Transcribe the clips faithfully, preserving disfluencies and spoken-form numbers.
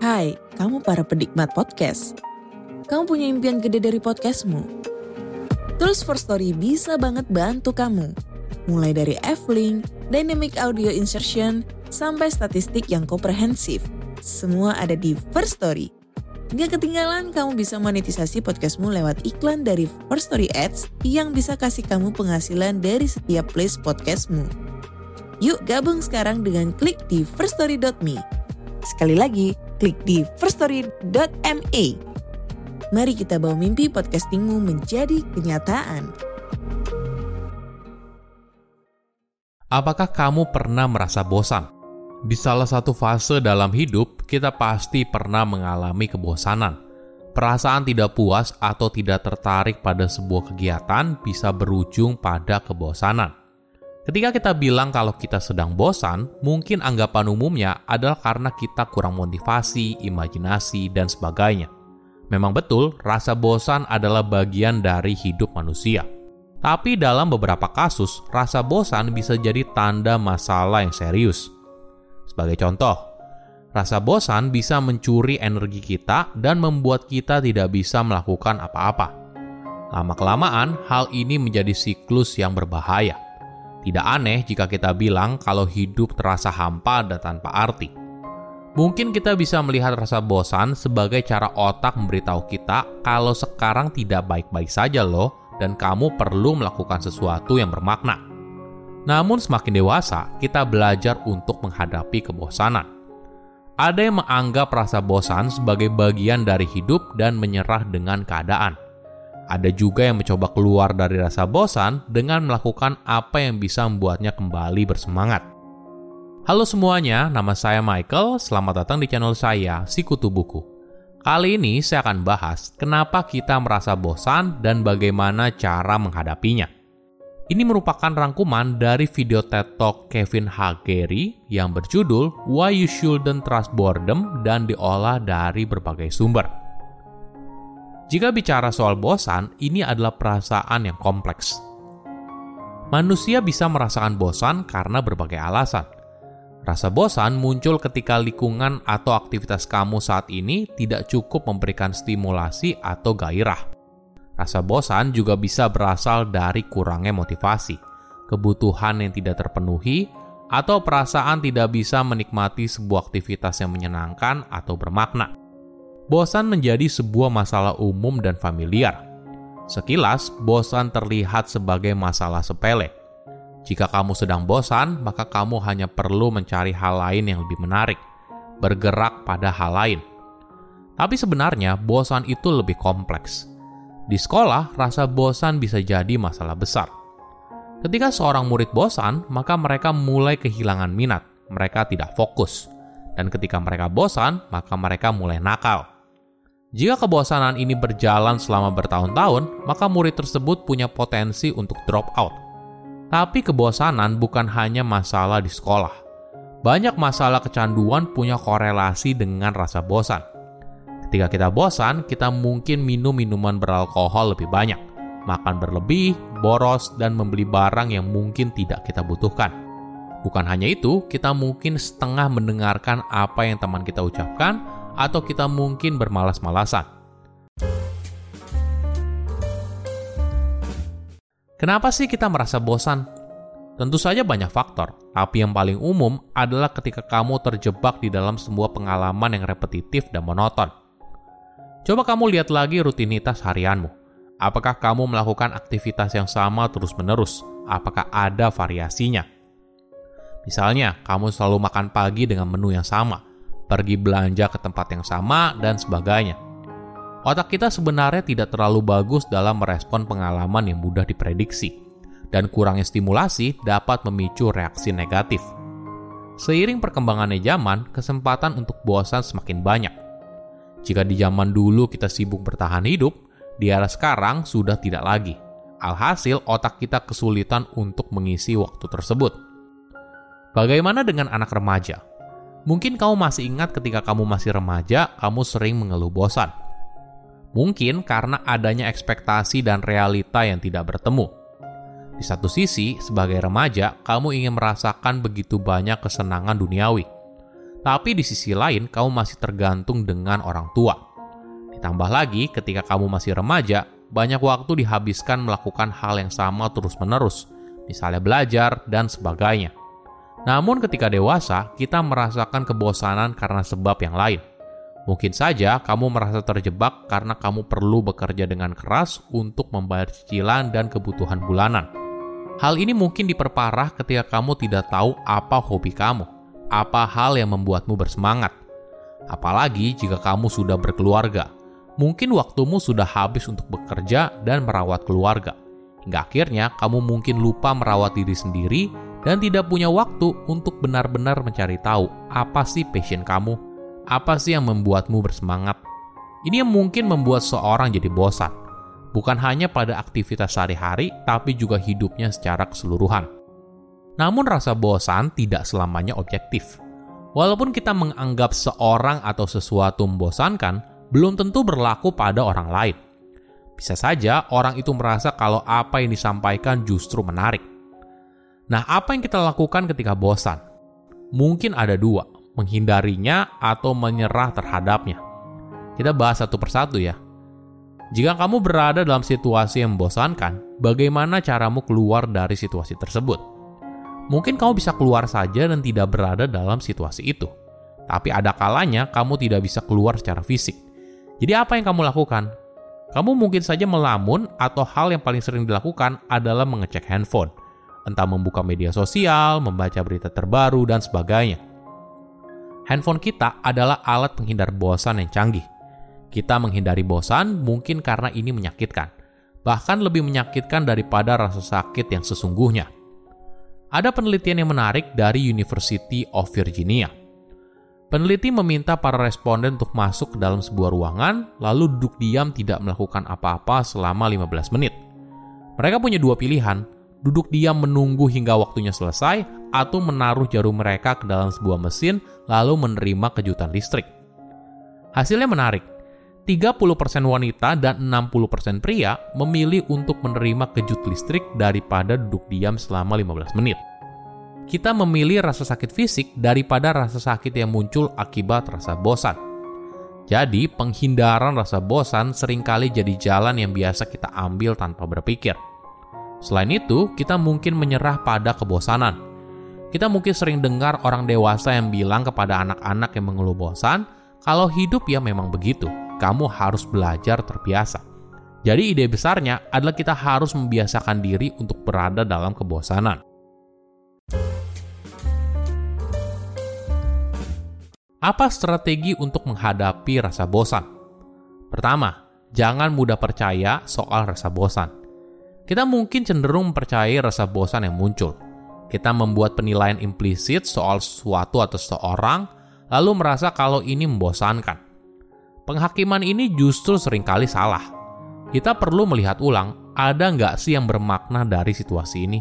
Hai, kamu para penikmat podcast. Kamu punya impian gede dari podcastmu? Tools for Story bisa banget bantu kamu. Mulai dari F-Link, Dynamic Audio Insertion, sampai statistik yang komprehensif. Semua ada di First Story. Gak ketinggalan kamu bisa monetisasi podcastmu lewat iklan dari First Story Ads yang bisa kasih kamu penghasilan dari setiap place podcastmu. Yuk gabung sekarang dengan klik di first story dot me. Sekali lagi, klik di first story dot me. Mari kita bawa mimpi podcastingmu menjadi kenyataan. Apakah kamu pernah merasa bosan? Di salah satu fase dalam hidup, kita pasti pernah mengalami kebosanan. Perasaan tidak puas atau tidak tertarik pada sebuah kegiatan bisa berujung pada kebosanan. Ketika kita bilang kalau kita sedang bosan, mungkin anggapan umumnya adalah karena kita kurang motivasi, imajinasi, dan sebagainya. Memang betul, rasa bosan adalah bagian dari hidup manusia. Tapi dalam beberapa kasus, rasa bosan bisa jadi tanda masalah yang serius. Sebagai contoh, rasa bosan bisa mencuri energi kita dan membuat kita tidak bisa melakukan apa-apa. Lama-kelamaan, hal ini menjadi siklus yang berbahaya. Tidak aneh jika kita bilang kalau hidup terasa hampa dan tanpa arti. Mungkin kita bisa melihat rasa bosan sebagai cara otak memberitahu kita kalau sekarang tidak baik-baik saja loh dan kamu perlu melakukan sesuatu yang bermakna. Namun semakin dewasa, kita belajar untuk menghadapi kebosanan. Ada yang menganggap rasa bosan sebagai bagian dari hidup dan menyerah dengan keadaan. Ada juga yang mencoba keluar dari rasa bosan dengan melakukan apa yang bisa membuatnya kembali bersemangat. Halo semuanya, nama saya Michael. Selamat datang di channel saya, Sikutu Buku. Kali ini saya akan bahas kenapa kita merasa bosan dan bagaimana cara menghadapinya. Ini merupakan rangkuman dari video TED Talk Kevin Hagery yang berjudul Why You Shouldn't Trust Boredom dan diolah dari berbagai sumber. Jika bicara soal bosan, ini adalah perasaan yang kompleks. Manusia bisa merasakan bosan karena berbagai alasan. Rasa bosan muncul ketika lingkungan atau aktivitas kamu saat ini tidak cukup memberikan stimulasi atau gairah. Rasa bosan juga bisa berasal dari kurangnya motivasi, kebutuhan yang tidak terpenuhi, atau perasaan tidak bisa menikmati sebuah aktivitas yang menyenangkan atau bermakna. Bosan menjadi sebuah masalah umum dan familiar. Sekilas, bosan terlihat sebagai masalah sepele. Jika kamu sedang bosan, maka kamu hanya perlu mencari hal lain yang lebih menarik, bergerak pada hal lain. Tapi sebenarnya, bosan itu lebih kompleks. Di sekolah, rasa bosan bisa jadi masalah besar. Ketika seorang murid bosan, maka mereka mulai kehilangan minat, mereka tidak fokus. Dan ketika mereka bosan, maka mereka mulai nakal. Jika kebosanan ini berjalan selama bertahun-tahun, maka murid tersebut punya potensi untuk drop out. Tapi kebosanan bukan hanya masalah di sekolah. Banyak masalah kecanduan punya korelasi dengan rasa bosan. Ketika kita bosan, kita mungkin minum minuman beralkohol lebih banyak, makan berlebih, boros, dan membeli barang yang mungkin tidak kita butuhkan. Bukan hanya itu, kita mungkin setengah mendengarkan apa yang teman kita ucapkan, atau kita mungkin bermalas-malasan. Kenapa sih kita merasa bosan? Tentu saja banyak faktor, tapi yang paling umum adalah ketika kamu terjebak di dalam sebuah pengalaman yang repetitif dan monoton. Coba kamu lihat lagi rutinitas harianmu. Apakah kamu melakukan aktivitas yang sama terus-menerus? Apakah ada variasinya? Misalnya, kamu selalu makan pagi dengan menu yang sama, pergi belanja ke tempat yang sama, dan sebagainya. Otak kita sebenarnya tidak terlalu bagus dalam merespon pengalaman yang mudah diprediksi, dan kurangnya stimulasi dapat memicu reaksi negatif. Seiring perkembangannya zaman, kesempatan untuk bosan semakin banyak. Jika di zaman dulu kita sibuk bertahan hidup, di era sekarang sudah tidak lagi. Alhasil, otak kita kesulitan untuk mengisi waktu tersebut. Bagaimana dengan anak remaja? Mungkin kamu masih ingat ketika kamu masih remaja, kamu sering mengeluh bosan. Mungkin karena adanya ekspektasi dan realita yang tidak bertemu. Di satu sisi, sebagai remaja, kamu ingin merasakan begitu banyak kesenangan duniawi. Tapi di sisi lain, kamu masih tergantung dengan orang tua. Ditambah lagi, ketika kamu masih remaja, banyak waktu dihabiskan melakukan hal yang sama terus-menerus, misalnya belajar dan sebagainya. Namun ketika dewasa, kita merasakan kebosanan karena sebab yang lain. Mungkin saja kamu merasa terjebak karena kamu perlu bekerja dengan keras untuk membayar cicilan dan kebutuhan bulanan. Hal ini mungkin diperparah ketika kamu tidak tahu apa hobi kamu, apa hal yang membuatmu bersemangat. Apalagi jika kamu sudah berkeluarga, mungkin waktumu sudah habis untuk bekerja dan merawat keluarga. Hingga akhirnya kamu mungkin lupa merawat diri sendiri dan tidak punya waktu untuk benar-benar mencari tahu apa sih passion kamu, apa sih yang membuatmu bersemangat. Ini yang mungkin membuat seorang jadi bosan, bukan hanya pada aktivitas sehari-hari, tapi juga hidupnya secara keseluruhan. Namun rasa bosan tidak selamanya objektif. Walaupun kita menganggap seorang atau sesuatu membosankan, belum tentu berlaku pada orang lain. Bisa saja orang itu merasa kalau apa yang disampaikan justru menarik. Nah, apa yang kita lakukan ketika bosan? Mungkin ada dua, menghindarinya atau menyerah terhadapnya. Kita bahas satu persatu ya. Jika kamu berada dalam situasi yang membosankan, bagaimana caramu keluar dari situasi tersebut? Mungkin kamu bisa keluar saja dan tidak berada dalam situasi itu. Tapi ada kalanya kamu tidak bisa keluar secara fisik. Jadi apa yang kamu lakukan? Kamu mungkin saja melamun atau hal yang paling sering dilakukan adalah mengecek handphone. Entah membuka media sosial, membaca berita terbaru, dan sebagainya. Handphone kita adalah alat penghindar bosan yang canggih. Kita menghindari bosan mungkin karena ini menyakitkan. Bahkan lebih menyakitkan daripada rasa sakit yang sesungguhnya. Ada penelitian yang menarik dari University of Virginia. Peneliti meminta para responden untuk masuk ke dalam sebuah ruangan, lalu duduk diam tidak melakukan apa-apa selama lima belas menit. Mereka punya dua pilihan, duduk diam menunggu hingga waktunya selesai, atau menaruh jarum mereka ke dalam sebuah mesin, lalu menerima kejutan listrik. Hasilnya menarik. tiga puluh persen wanita dan enam puluh persen pria memilih untuk menerima kejut listrik daripada duduk diam selama lima belas menit. Kita memilih rasa sakit fisik daripada rasa sakit yang muncul akibat rasa bosan. Jadi, penghindaran rasa bosan seringkali jadi jalan yang biasa kita ambil tanpa berpikir. Selain itu, kita mungkin menyerah pada kebosanan. Kita mungkin sering dengar orang dewasa yang bilang kepada anak-anak yang mengeluh bosan, kalau hidup ya memang begitu. Kamu harus belajar terbiasa. Jadi ide besarnya adalah kita harus membiasakan diri untuk berada dalam kebosanan. Apa strategi untuk menghadapi rasa bosan? Pertama, jangan mudah percaya soal rasa bosan. Kita mungkin cenderung mempercayai rasa bosan yang muncul. Kita membuat penilaian implisit soal sesuatu atau seseorang, lalu merasa kalau ini membosankan. Penghakiman ini justru seringkali salah. Kita perlu melihat ulang, ada nggak sih yang bermakna dari situasi ini?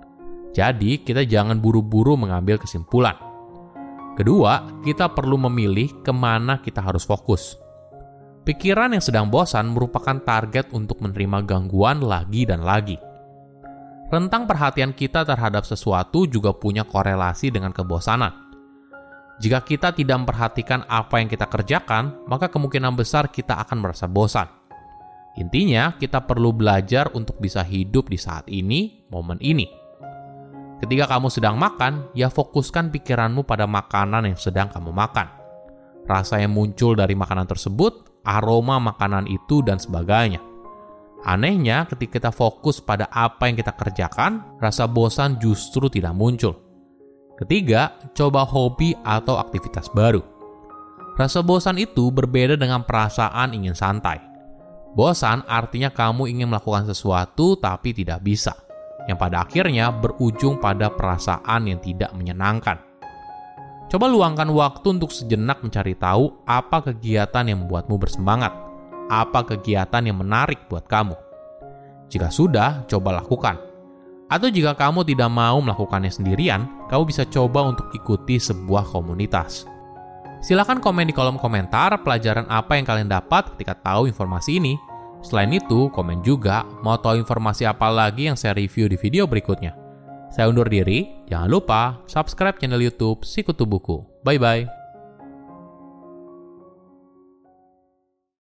Jadi, kita jangan buru-buru mengambil kesimpulan. Kedua, kita perlu memilih kemana kita harus fokus. Pikiran yang sedang bosan merupakan target untuk menerima gangguan lagi dan lagi. Rentang perhatian kita terhadap sesuatu juga punya korelasi dengan kebosanan. Jika kita tidak memperhatikan apa yang kita kerjakan, maka kemungkinan besar kita akan merasa bosan. Intinya, kita perlu belajar untuk bisa hidup di saat ini, momen ini. Ketika kamu sedang makan, ya fokuskan pikiranmu pada makanan yang sedang kamu makan. Rasa yang muncul dari makanan tersebut, aroma makanan itu, dan sebagainya. Anehnya, ketika kita fokus pada apa yang kita kerjakan, rasa bosan justru tidak muncul. Ketiga, coba hobi atau aktivitas baru. Rasa bosan itu berbeda dengan perasaan ingin santai. Bosan artinya kamu ingin melakukan sesuatu tapi tidak bisa, yang pada akhirnya berujung pada perasaan yang tidak menyenangkan. Coba luangkan waktu untuk sejenak mencari tahu apa kegiatan yang membuatmu bersemangat, apa kegiatan yang menarik buat kamu. Jika sudah, coba lakukan. Atau jika kamu tidak mau melakukannya sendirian, kamu bisa coba untuk ikuti sebuah komunitas. Silakan komen di kolom komentar pelajaran apa yang kalian dapat ketika tahu informasi ini. Selain itu, komen juga mau tahu informasi apa lagi yang saya review di video berikutnya. Saya undur diri, jangan lupa subscribe channel YouTube Sikutu Buku. Bye-bye.